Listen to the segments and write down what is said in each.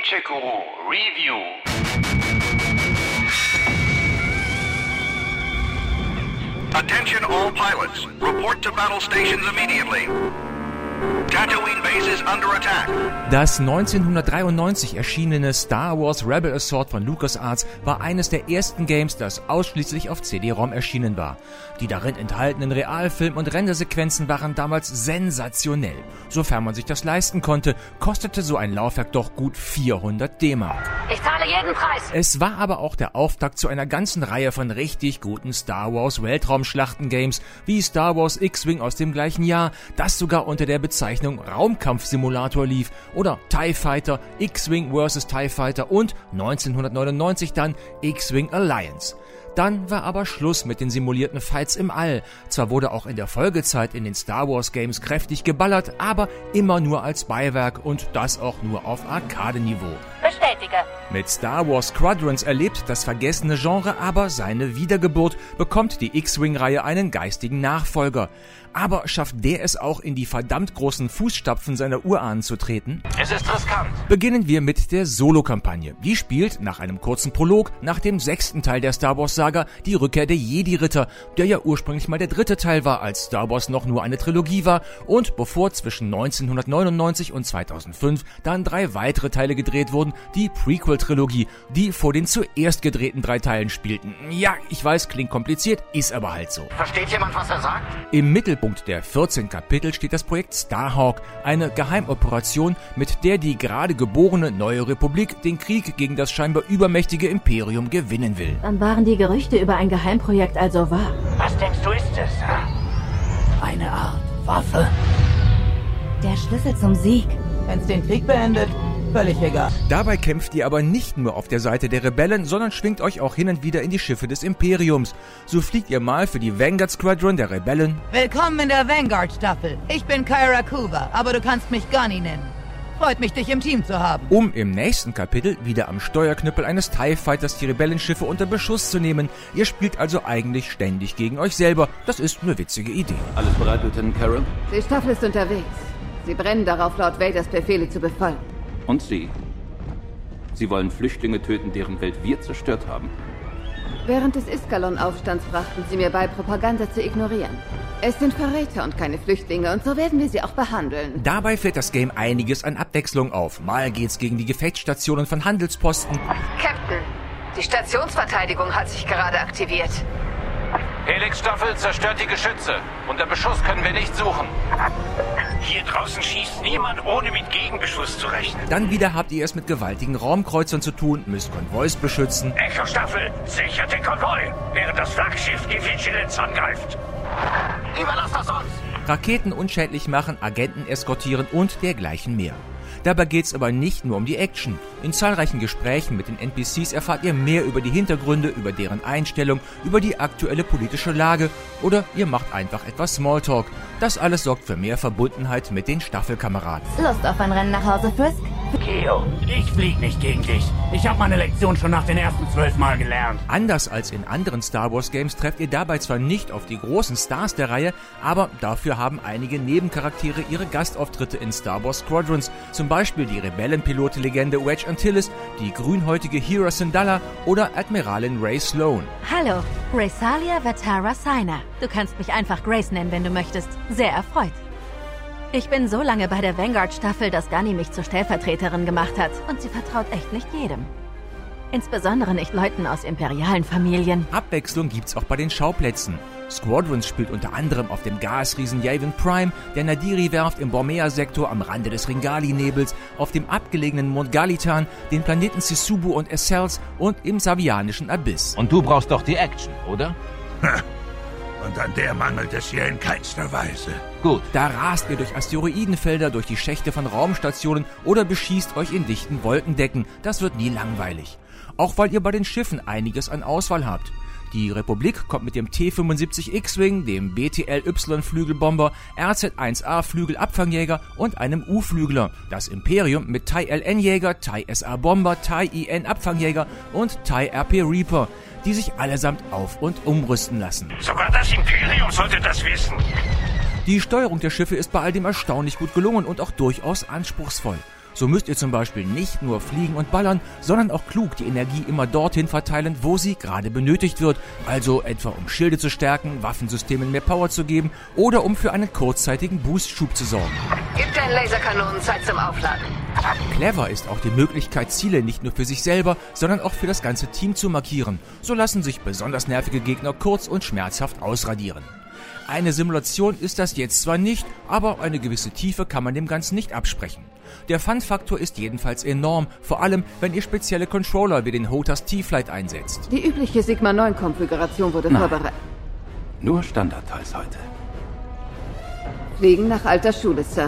Kenchikuru Review. Attention all pilots. Report to battle stations immediately. Tatooine Base is under attack. Das 1993 erschienene Star Wars Rebel Assault von LucasArts war eines der ersten Games, das ausschließlich auf CD-ROM erschienen war. Die darin enthaltenen Realfilm- und Rendersequenzen waren damals sensationell. Sofern man sich das leisten konnte, kostete so ein Laufwerk doch gut 400 D-Mark. Ich zahle jeden Preis. Es war aber auch der Auftakt zu einer ganzen Reihe von richtig guten Star Wars Weltraumschlachten-Games, wie Star Wars X-Wing aus dem gleichen Jahr, das sogar unter der Bezeichnung Raumkampfsimulator lief, oder TIE Fighter, X-Wing vs. TIE Fighter und 1999 dann X-Wing Alliance. Dann war aber Schluss mit den simulierten Fights im All. Zwar wurde auch in der Folgezeit in den Star Wars Games kräftig geballert, aber immer nur als Beiwerk und das auch nur auf Arcade-Niveau. Bestätige. Mit Star Wars Squadrons erlebt das vergessene Genre aber seine Wiedergeburt, bekommt die X-Wing-Reihe einen geistigen Nachfolger. Aber schafft der es auch, in die verdammt großen Fußstapfen seiner Urahnen zu treten? Es ist riskant. Beginnen wir mit der Solo-Kampagne. Die spielt nach einem kurzen Prolog nach dem 6. Teil der Star Wars-Saga die Rückkehr der Jedi-Ritter, der ja ursprünglich mal der 3. Teil war, als Star Wars noch nur eine Trilogie war und bevor zwischen 1999 und 2005 dann 3 weitere Teile gedreht wurden, die Prequel-Trilogie, die vor den zuerst gedrehten 3 Teilen spielten. Ja, ich weiß, klingt kompliziert, ist aber halt so. Versteht jemand, was er sagt? Im Mittelpunkt der 14 Kapitel steht das Projekt Starhawk, eine Geheimoperation, mit der die gerade geborene neue Republik den Krieg gegen das scheinbar übermächtige Imperium gewinnen will. Dann waren die Gerüchte über ein Geheimprojekt also wahr. Was denkst du, ist es? Eine Art Waffe. Der Schlüssel zum Sieg. Wenn's den Krieg beendet, völlig egal. Dabei kämpft ihr aber nicht nur auf der Seite der Rebellen, sondern schwingt euch auch hin und wieder in die Schiffe des Imperiums. So fliegt ihr mal für die Vanguard Squadron der Rebellen. Willkommen in der Vanguard-Staffel. Ich bin Kyra Kuva, aber du kannst mich Gunny nennen. Freut mich, dich im Team zu haben. Um im nächsten Kapitel wieder am Steuerknüppel eines TIE Fighters die Rebellenschiffe unter Beschuss zu nehmen. Ihr spielt also eigentlich ständig gegen euch selber. Das ist eine witzige Idee. Alles bereit, Lieutenant Carroll? Die Staffel ist unterwegs. Sie brennen darauf, Lord Vaders Befehle zu befolgen. Und Sie? Sie wollen Flüchtlinge töten, deren Welt wir zerstört haben. Während des Iskalon-Aufstands brachten sie mir bei, Propaganda zu ignorieren. Es sind Verräter und keine Flüchtlinge und so werden wir sie auch behandeln. Dabei fällt das Game einiges an Abwechslung auf. Mal geht's gegen die Gefechtsstationen von Handelsposten. Captain, die Stationsverteidigung hat sich gerade aktiviert. Helix-Staffel zerstört die Geschütze. Unter Beschuss können wir nicht suchen. Hier draußen schießt niemand, ohne mit Gegenbeschuss zu rechnen. Dann wieder habt ihr es mit gewaltigen Raumkreuzern zu tun, müsst Konvois beschützen. Echo-Staffel sichert den Konvoi, während das Flaggschiff die Vigilanz angreift. Überlasst das uns! Raketen unschädlich machen, Agenten eskortieren und dergleichen mehr. Dabei geht's aber nicht nur um die Action. In zahlreichen Gesprächen mit den NPCs erfahrt ihr mehr über die Hintergründe, über deren Einstellung, über die aktuelle politische Lage oder ihr macht einfach etwas Smalltalk. Das alles sorgt für mehr Verbundenheit mit den Staffelkameraden. Lust auf ein Rennen nach Hause, Frisk? Keo, ich flieg nicht gegen dich. Ich habe meine Lektion schon nach den ersten 12 Mal gelernt. Anders als in anderen Star Wars Games trefft ihr dabei zwar nicht auf die großen Stars der Reihe, aber dafür haben einige Nebencharaktere ihre Gastauftritte in Star Wars Squadrons. Zum Beispiel die Rebellenpilote-Legende Wedge Antilles, die grünhäutige Hera Syndulla oder Admiralin Ray Sloan. Hallo, Raysalia Vatara Sina. Du kannst mich einfach Grace nennen, wenn du möchtest. Sehr erfreut. Ich bin so lange bei der Vanguard-Staffel, dass Gunny mich zur Stellvertreterin gemacht hat. Und sie vertraut echt nicht jedem. Insbesondere nicht Leuten aus imperialen Familien. Abwechslung gibt's auch bei den Schauplätzen. Squadrons spielt unter anderem auf dem Gasriesen Yavin Prime, der Nadiri-Werft im Bormea-Sektor am Rande des Ringali-Nebels, auf dem abgelegenen Mond Galitan, den Planeten Sisubu und Essels und im Savianischen Abyss. Und du brauchst doch die Action, oder? Und an der mangelt es hier in keinster Weise. Gut. Da rast ihr durch Asteroidenfelder, durch die Schächte von Raumstationen oder beschießt euch in dichten Wolkendecken. Das wird nie langweilig. Auch weil ihr bei den Schiffen einiges an Auswahl habt. Die Republik kommt mit dem T-75 X-Wing, dem BTL-Y-Flügelbomber, RZ-1A-Flügelabfangjäger und einem U-Flügler. Das Imperium mit TIE-LN-Jäger, TIE-SA-Bomber, TIE-IN-Abfangjäger und TIE-RP Reaper, die sich allesamt auf- und umrüsten lassen. Sogar das Imperium sollte das wissen. Die Steuerung der Schiffe ist bei all dem erstaunlich gut gelungen und auch durchaus anspruchsvoll. So müsst ihr zum Beispiel nicht nur fliegen und ballern, sondern auch klug die Energie immer dorthin verteilen, wo sie gerade benötigt wird. Also etwa um Schilde zu stärken, Waffensystemen mehr Power zu geben oder um für einen kurzzeitigen Boostschub zu sorgen. Gib deinen Laserkanonen Zeit zum Aufladen. Clever ist auch die Möglichkeit, Ziele nicht nur für sich selber, sondern auch für das ganze Team zu markieren. So lassen sich besonders nervige Gegner kurz und schmerzhaft ausradieren. Eine Simulation ist das jetzt zwar nicht, aber eine gewisse Tiefe kann man dem Ganzen nicht absprechen. Der Fun-Faktor ist jedenfalls enorm, vor allem wenn ihr spezielle Controller wie den HOTAS T-Flight einsetzt. Die übliche Sigma-9-Konfiguration wurde vorbereitet. Nur Standardteils heute. Fliegen nach alter Schule, Sir?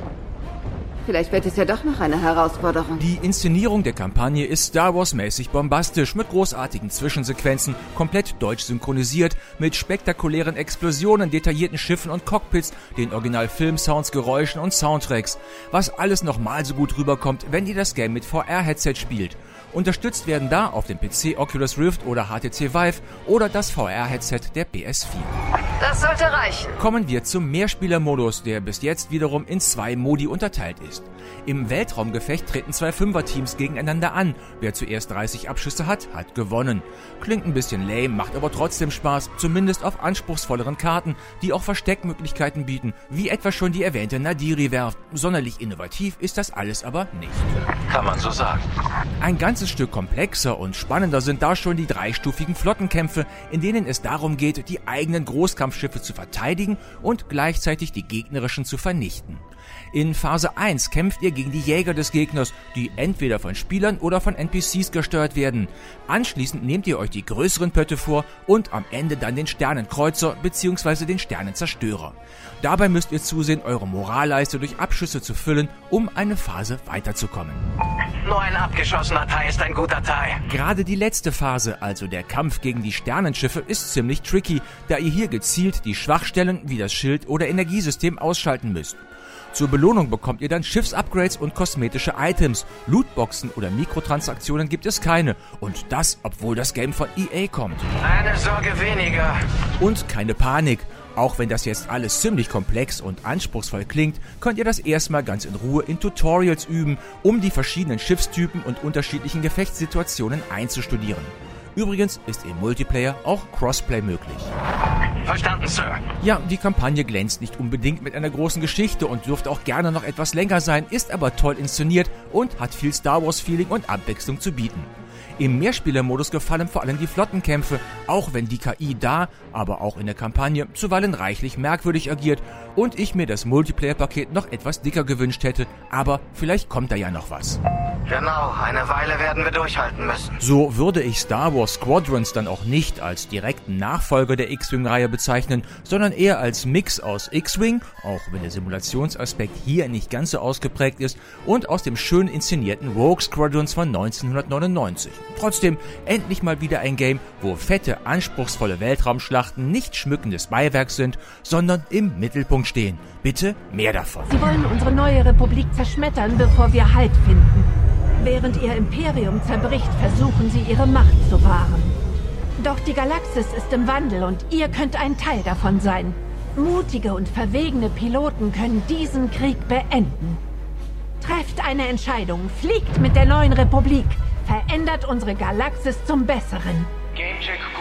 Vielleicht wird es ja doch noch eine Herausforderung. Die Inszenierung der Kampagne ist Star Wars-mäßig bombastisch, mit großartigen Zwischensequenzen, komplett deutsch synchronisiert, mit spektakulären Explosionen, detaillierten Schiffen und Cockpits, den Original-Film-Sounds, Geräuschen und Soundtracks. Was alles nochmal so gut rüberkommt, wenn ihr das Game mit VR-Headset spielt. Unterstützt werden da auf dem PC Oculus Rift oder HTC Vive oder das VR-Headset der PS4. Das sollte reichen. Kommen wir zum Mehrspieler-Modus, der bis jetzt wiederum in 2 Modi unterteilt ist. Im Weltraumgefecht treten 2 Fünfer-Teams gegeneinander an. Wer zuerst 30 Abschüsse hat, hat gewonnen. Klingt ein bisschen lame, macht aber trotzdem Spaß, zumindest auf anspruchsvolleren Karten, die auch Versteckmöglichkeiten bieten, wie etwa schon die erwähnte Nadiri-Werft. Sonderlich innovativ ist das alles aber nicht. Kann man so sagen. Ein ganzes Stück komplexer und spannender sind da schon die 3-stufigen Flottenkämpfe, in denen es darum geht, die eigenen Großkampfschiffe zu verteidigen und gleichzeitig die gegnerischen zu vernichten. In Phase 1 kämpft ihr gegen die Jäger des Gegners, die entweder von Spielern oder von NPCs gesteuert werden. Anschließend nehmt ihr euch die größeren Pötte vor und am Ende dann den Sternenkreuzer bzw. den Sternenzerstörer. Dabei müsst ihr zusehen, eure Moralleiste durch Abschüsse zu füllen, um eine Phase weiterzukommen. Nur ein abgeschossener Teil ist ein guter Teil. Gerade die letzte Phase, also der Kampf gegen die Sternenschiffe, ist ziemlich tricky, da ihr hier gezielt die Schwachstellen wie das Schild oder Energiesystem ausschalten müsst. Zur Belohnung bekommt ihr dann Schiffsupgrades und kosmetische Items. Lootboxen oder Mikrotransaktionen gibt es keine. Und das, obwohl das Game von EA kommt. Eine Sorge weniger. Und keine Panik. Auch wenn das jetzt alles ziemlich komplex und anspruchsvoll klingt, könnt ihr das erstmal ganz in Ruhe in Tutorials üben, um die verschiedenen Schiffstypen und unterschiedlichen Gefechtssituationen einzustudieren. Übrigens ist im Multiplayer auch Crossplay möglich. Verstanden, Sir. Ja, die Kampagne glänzt nicht unbedingt mit einer großen Geschichte und dürfte auch gerne noch etwas länger sein, ist aber toll inszeniert und hat viel Star Wars-Feeling und Abwechslung zu bieten. Im Mehrspielermodus gefallen vor allem die Flottenkämpfe, auch wenn die KI da, aber auch in der Kampagne zuweilen reichlich merkwürdig agiert und ich mir das Multiplayer-Paket noch etwas dicker gewünscht hätte, aber vielleicht kommt da ja noch was. Genau, eine Weile werden wir durchhalten müssen. So würde ich Star Wars Squadrons dann auch nicht als direkten Nachfolger der X-Wing-Reihe bezeichnen, sondern eher als Mix aus X-Wing, auch wenn der Simulationsaspekt hier nicht ganz so ausgeprägt ist, und aus dem schön inszenierten Rogue Squadrons von 1999. Trotzdem endlich mal wieder ein Game, wo fette, anspruchsvolle Weltraumschlachten nicht schmückendes Beiwerk sind, sondern im Mittelpunkt stehen. Bitte mehr davon. Sie wollen unsere neue Republik zerschmettern, bevor wir Halt finden. Während ihr Imperium zerbricht, versuchen sie, ihre Macht zu wahren. Doch die Galaxis ist im Wandel und ihr könnt ein Teil davon sein. Mutige und verwegene Piloten können diesen Krieg beenden. Trefft eine Entscheidung, fliegt mit der neuen Republik, verändert unsere Galaxis zum Besseren. Gamecheck